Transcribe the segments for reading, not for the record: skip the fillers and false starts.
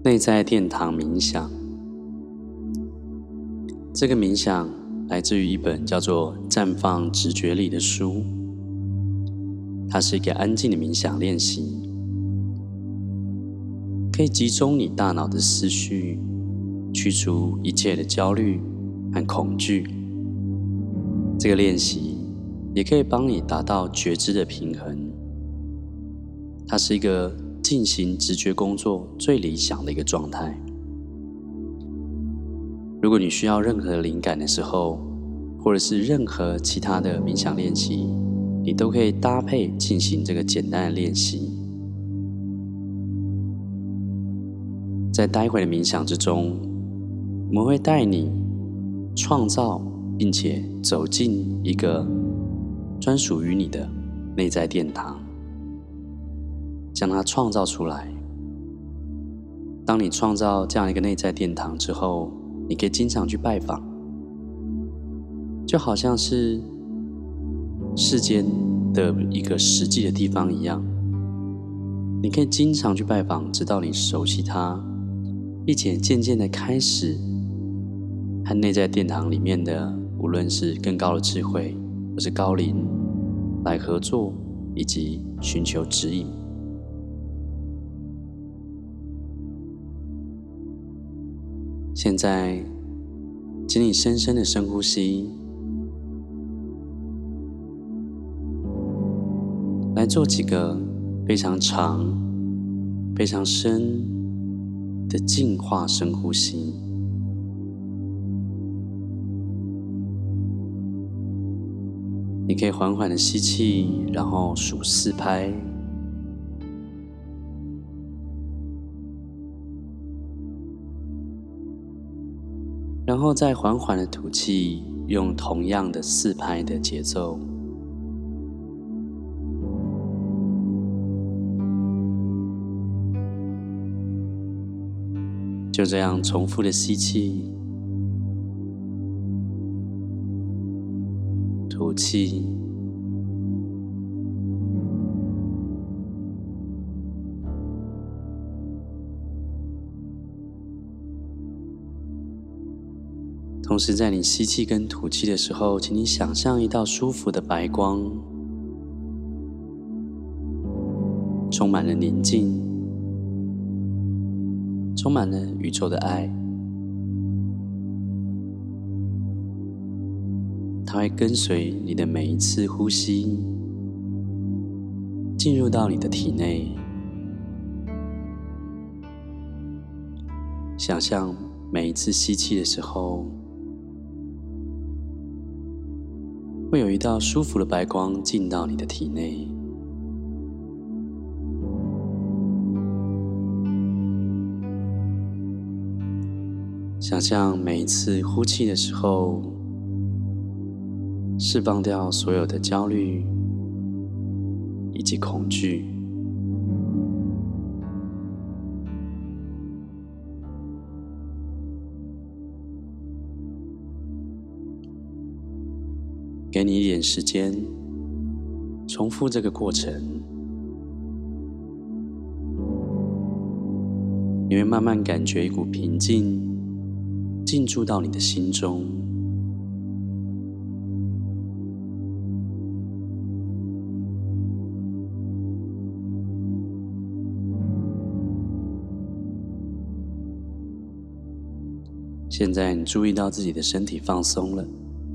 内在殿堂冥想，这个冥想来自于一本叫做《绽放直觉力》的书。它是一个安静的冥想练习，可以集中你大脑的思绪，去除一切的焦虑和恐惧。这个练习也可以帮你达到觉知的平衡。它是一个进行直觉工作最理想的一个状态。如果你需要任何灵感的时候，或者是任何其他的冥想练习，你都可以搭配进行这个简单的练习。在待会的冥想之中，我们会带你创造并且走进一个专属于你的内在殿堂，将它创造出来。当你创造这样一个内在殿堂之后，你可以经常去拜访，就好像是世间的一个实际的地方一样。你可以经常去拜访，直到你熟悉它，并且渐渐的开始和内在殿堂里面的无论是更高的智慧或是高灵来合作，以及寻求指引。现在请你深深的深呼吸，来做几个非常长非常深的净化深呼吸。你可以缓缓的吸气，然后数4拍，然后再缓缓的吐气，用同样的4拍的节奏。就这样重复的吸气，吐气，同时在你吸气跟吐气的时候，请你想象一道舒服的白光，充满了宁静，充满了宇宙的爱。它会跟随你的每一次呼吸，进入到你的体内。想象每一次吸气的时候，会有一道舒服的白光进到你的体内。想象每一次呼气的时候，释放掉所有的焦虑以及恐惧。给你一点时间，重复这个过程。你会慢慢感觉一股平静进驻到你的心中。现在你注意到自己的身体放松了，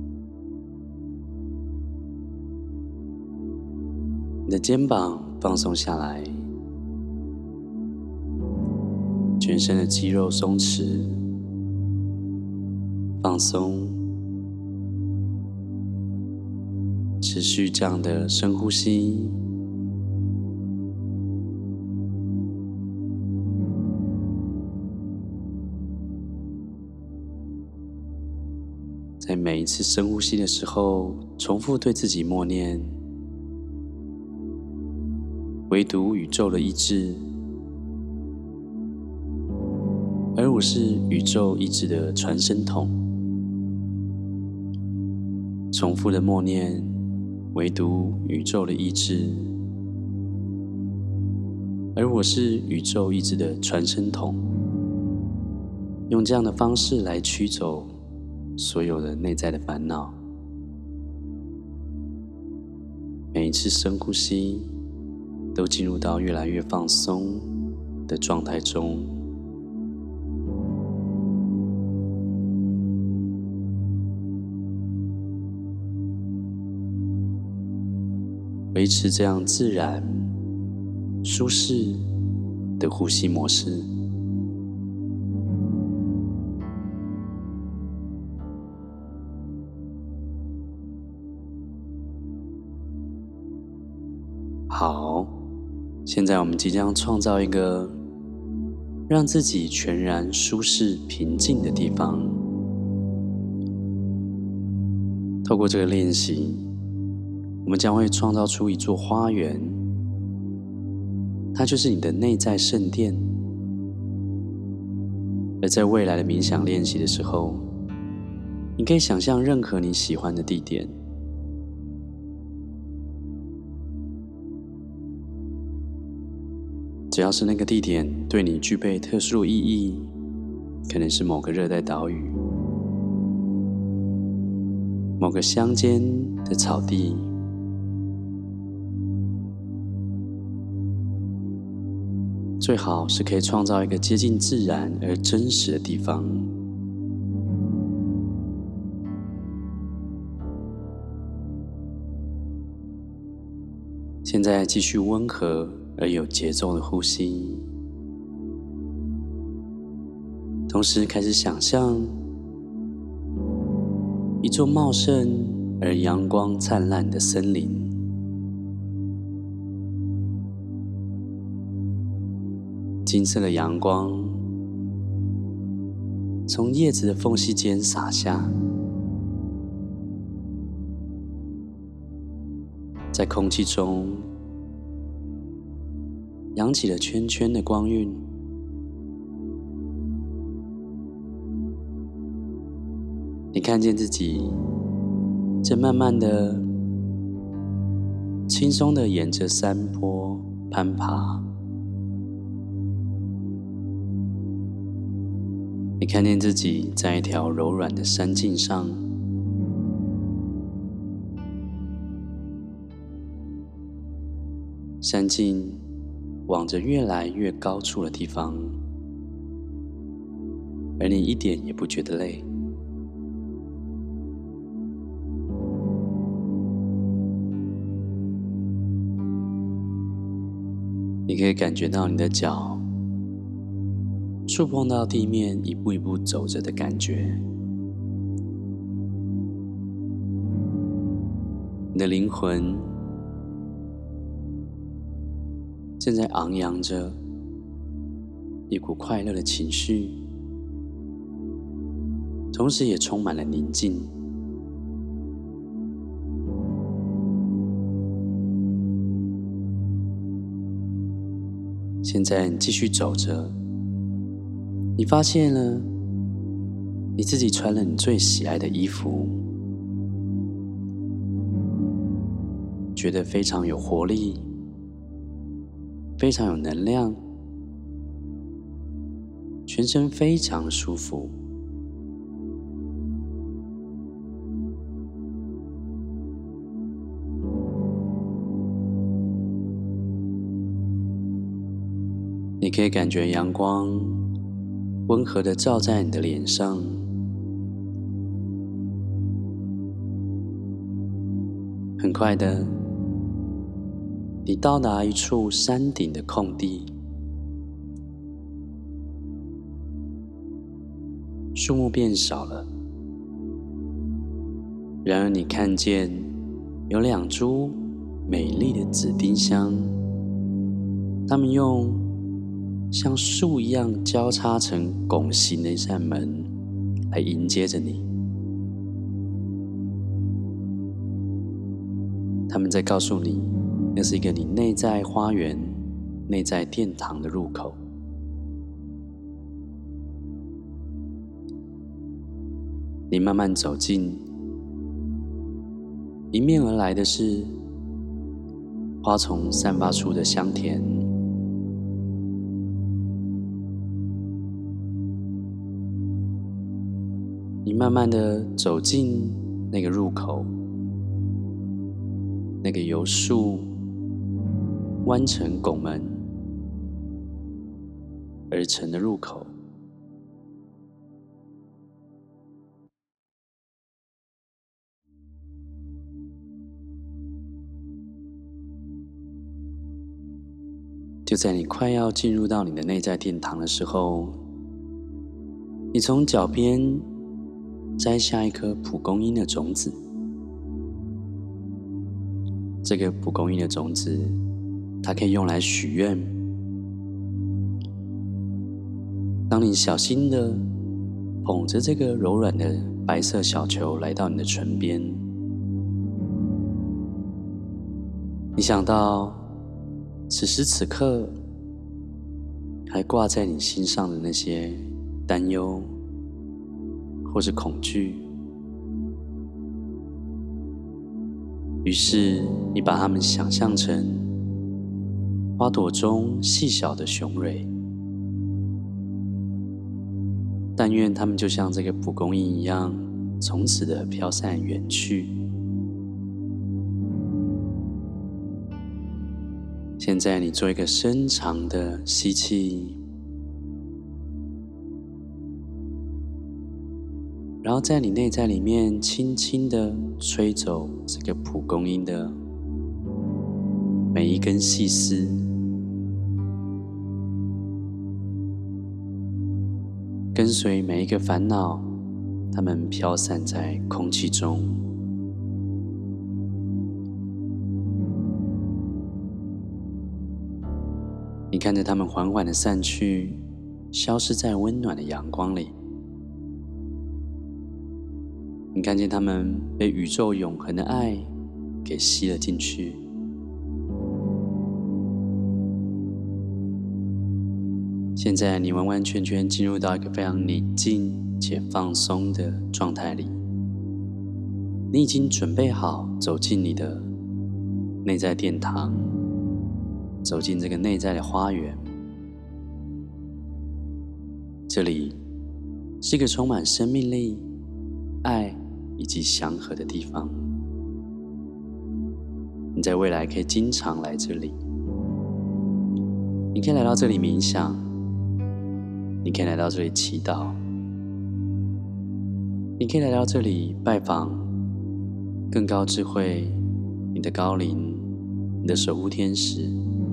你的肩膀放松下来，全身的肌肉松弛放松，持续这样的深呼吸。在每一次深呼吸的时候，重复对自己默念：唯独宇宙的意志，而我是宇宙意志的传声筒。重复的默念：唯独宇宙的意志，而我是宇宙意志的传声筒。 用这样的方式来驱走所有的内在的烦恼。每一次深呼吸，都进入到越来越放松的状态中。维持这样自然、舒适的呼吸模式。好，现在我们即将创造一个让自己全然舒适、平静的地方。透过这个练习，我们将会创造出一座花园，它就是你的内在圣殿。而在未来的冥想练习的时候，你可以想象任何你喜欢的地点，只要是那个地点对你具备特殊意义，可能是某个热带岛屿，某个乡间的草地，最好是可以创造一个接近自然而真实的地方。现在继续温和而有节奏的呼吸，同时开始想象一座茂盛而阳光灿烂的森林。金色的阳光从叶子的缝隙间洒下，在空气中扬起了圈圈的光晕。你看见自己正慢慢的、轻松的沿着山坡攀爬。你看见自己在一条柔软的山径上，山径往着越来越高处的地方，而你一点也不觉得累。你可以感觉到你的脚触碰到地面，一步一步走着的感觉。你的灵魂正在昂扬着一股快乐的情绪，同时也充满了宁静。现在你继续走着，你发现了你自己穿了你最喜爱的衣服，觉得非常有活力，非常有能量，全身非常舒服。你可以感觉阳光温和地照在你的脸上，很快的，你到达一处山顶的空地，树木变少了，然而你看见有2株美丽的紫丁香，它们用像树一样交叉成拱形的一扇门来迎接着你。他们在告诉你，那是一个你内在花园、内在殿堂的入口。你慢慢走近，迎面而来的是花丛散发出的香甜。 你慢慢的走进那个入口，那个由树弯成拱门而成的入口。就在你快要进入到你的内在殿堂的时候，你从脚边摘下一颗蒲公英的种子。这个蒲公英的种子，它可以用来许愿。当你小心的捧着这个柔软的白色小球来到你的唇边，你想到此时此刻还挂在你心上的那些担忧或是恐惧，于是你把它们想象成花朵中细小的雄蕊，但愿它们就像这个蒲公英一样，从此的飘散远去。现在你做一个深长的吸气，然后在你内在里面轻轻的吹走这个蒲公英的每一根细丝，跟随每一个烦恼，它们飘散在空气中。你看着它们缓缓地散去，消失在温暖的阳光里。你看见它们被宇宙永恒的爱给吸了进去。现在你完完全全进入到一个非常宁静且放松的状态里。你已经准备好走进你的内在殿堂，走进这个内在的花园。这里是一个充满生命力、爱以及祥和的地方。你在未来可以经常来这里。你可以来到这里冥想，你可以来到这里祈祷，你可以来到这里拜访更高智慧、你的高灵、你的守护天使，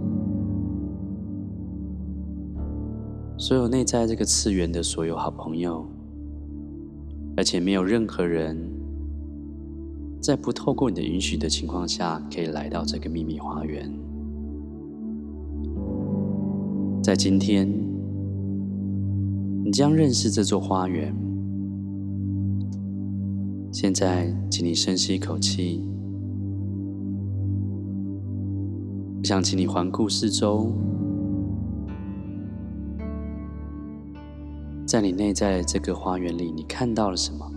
所有内在这个次元的所有好朋友，而且没有任何人在不透过你的允许的情况下可以来到这个秘密花园。在今天，你将认识这座花园。现在请你深吸一口气，我想请你环顾四周，在你内在的这个花园里，你看到了什么？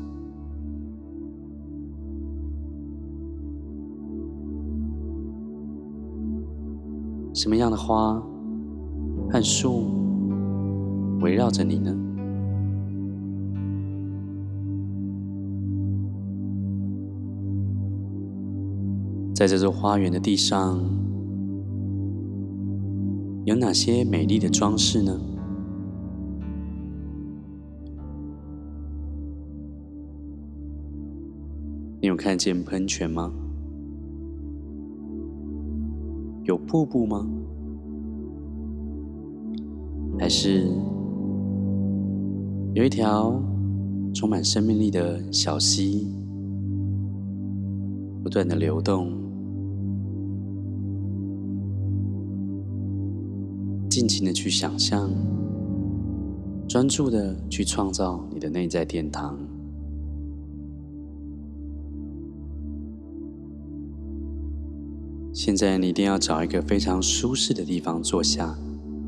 什么样的花和树围绕着你呢？在这座花园的地上，有哪些美丽的装饰呢？你有看见喷泉吗？有瀑布吗？还是有一条充满生命力的小溪，不断的流动？尽情的去想象，专注的去创造你的内在殿堂。现在你一定要找一个非常舒适的地方坐下，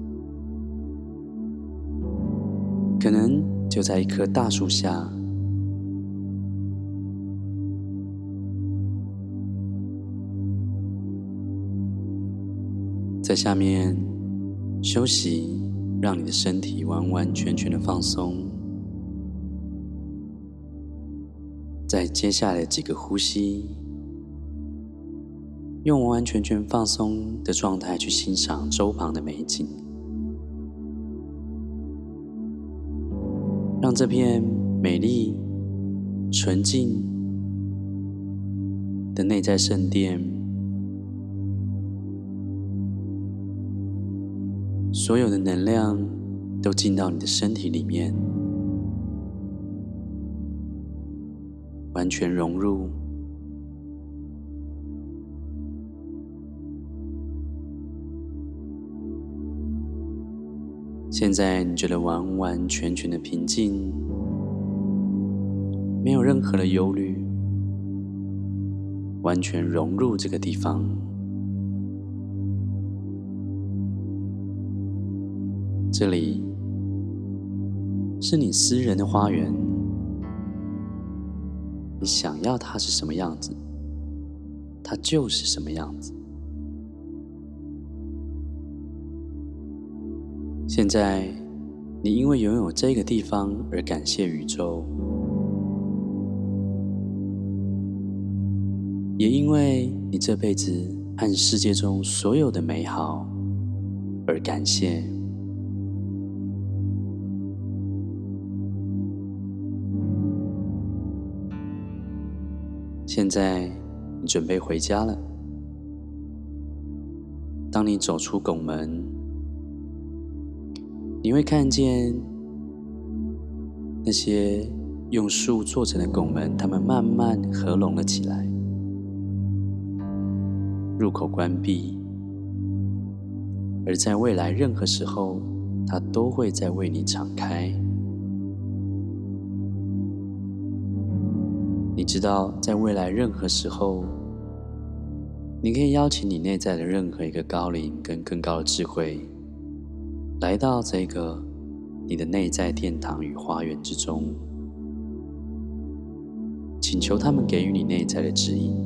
可能就在一棵大树下，在下面休息，让你的身体完完全全的放松。 在接下来的几个呼吸，用完完全全放松的状态去欣赏周旁的美景，让这片美丽、纯净的内在圣殿，所有的能量都进到你的身体里面，完全融入。现在你觉得完完全全的平静，没有任何的忧虑，完全融入这个地方。这里是你私人的花园，你想要它是什么样子，它就是什么样子。现在，你因为拥有这个地方而感谢宇宙，也因为你这辈子和世界中所有的美好而感谢。现在，你准备回家了。当你走出拱门，你会看见那些用树做成的拱门，它们慢慢合拢了起来，入口关闭，而在未来任何时候，它都会再为你敞开。你知道，在未来任何时候，你可以邀请你内在的任何一个高灵跟更高的智慧，来到这个你的内在殿堂与花园之中，请求他们给予你内在的指引。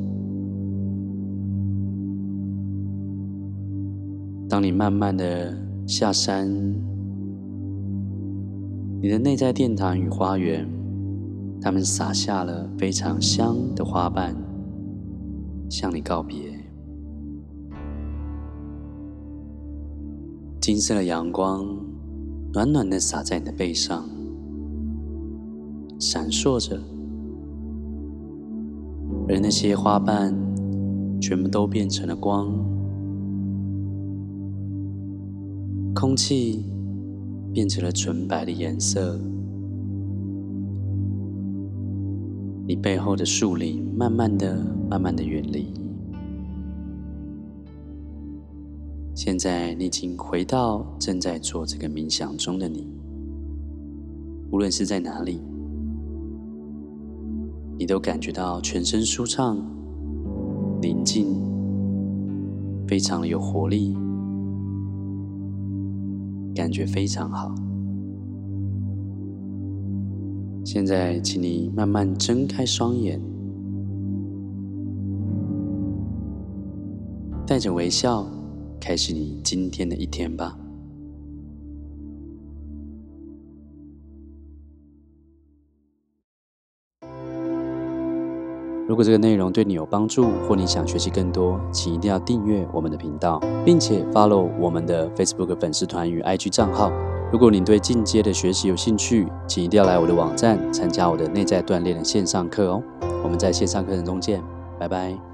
当你慢慢的下山，你的内在殿堂与花园，他们洒下了非常香的花瓣，向你告别。金色的阳光暖暖的洒在你的背上，闪烁着，而那些花瓣全部都变成了光，空气变成了纯白的颜色，你背后的树林慢慢的远离。现在你已经回到正在做这个冥想中的你，无论是在哪里，你都感觉到全身舒畅、宁静，非常的有活力，感觉非常好。现在请你慢慢睁开双眼，带着微笑开始你今天的一天吧。如果这个内容对你有帮助，或你想学习更多，请一定要订阅我们的频道，并且 follow 我们的 Facebook 粉丝团与 IG 账号。如果你对进阶的学习有兴趣，请一定要来我的网站参加我的内在锻炼的线上课哦。我们在线上课程中见，拜拜。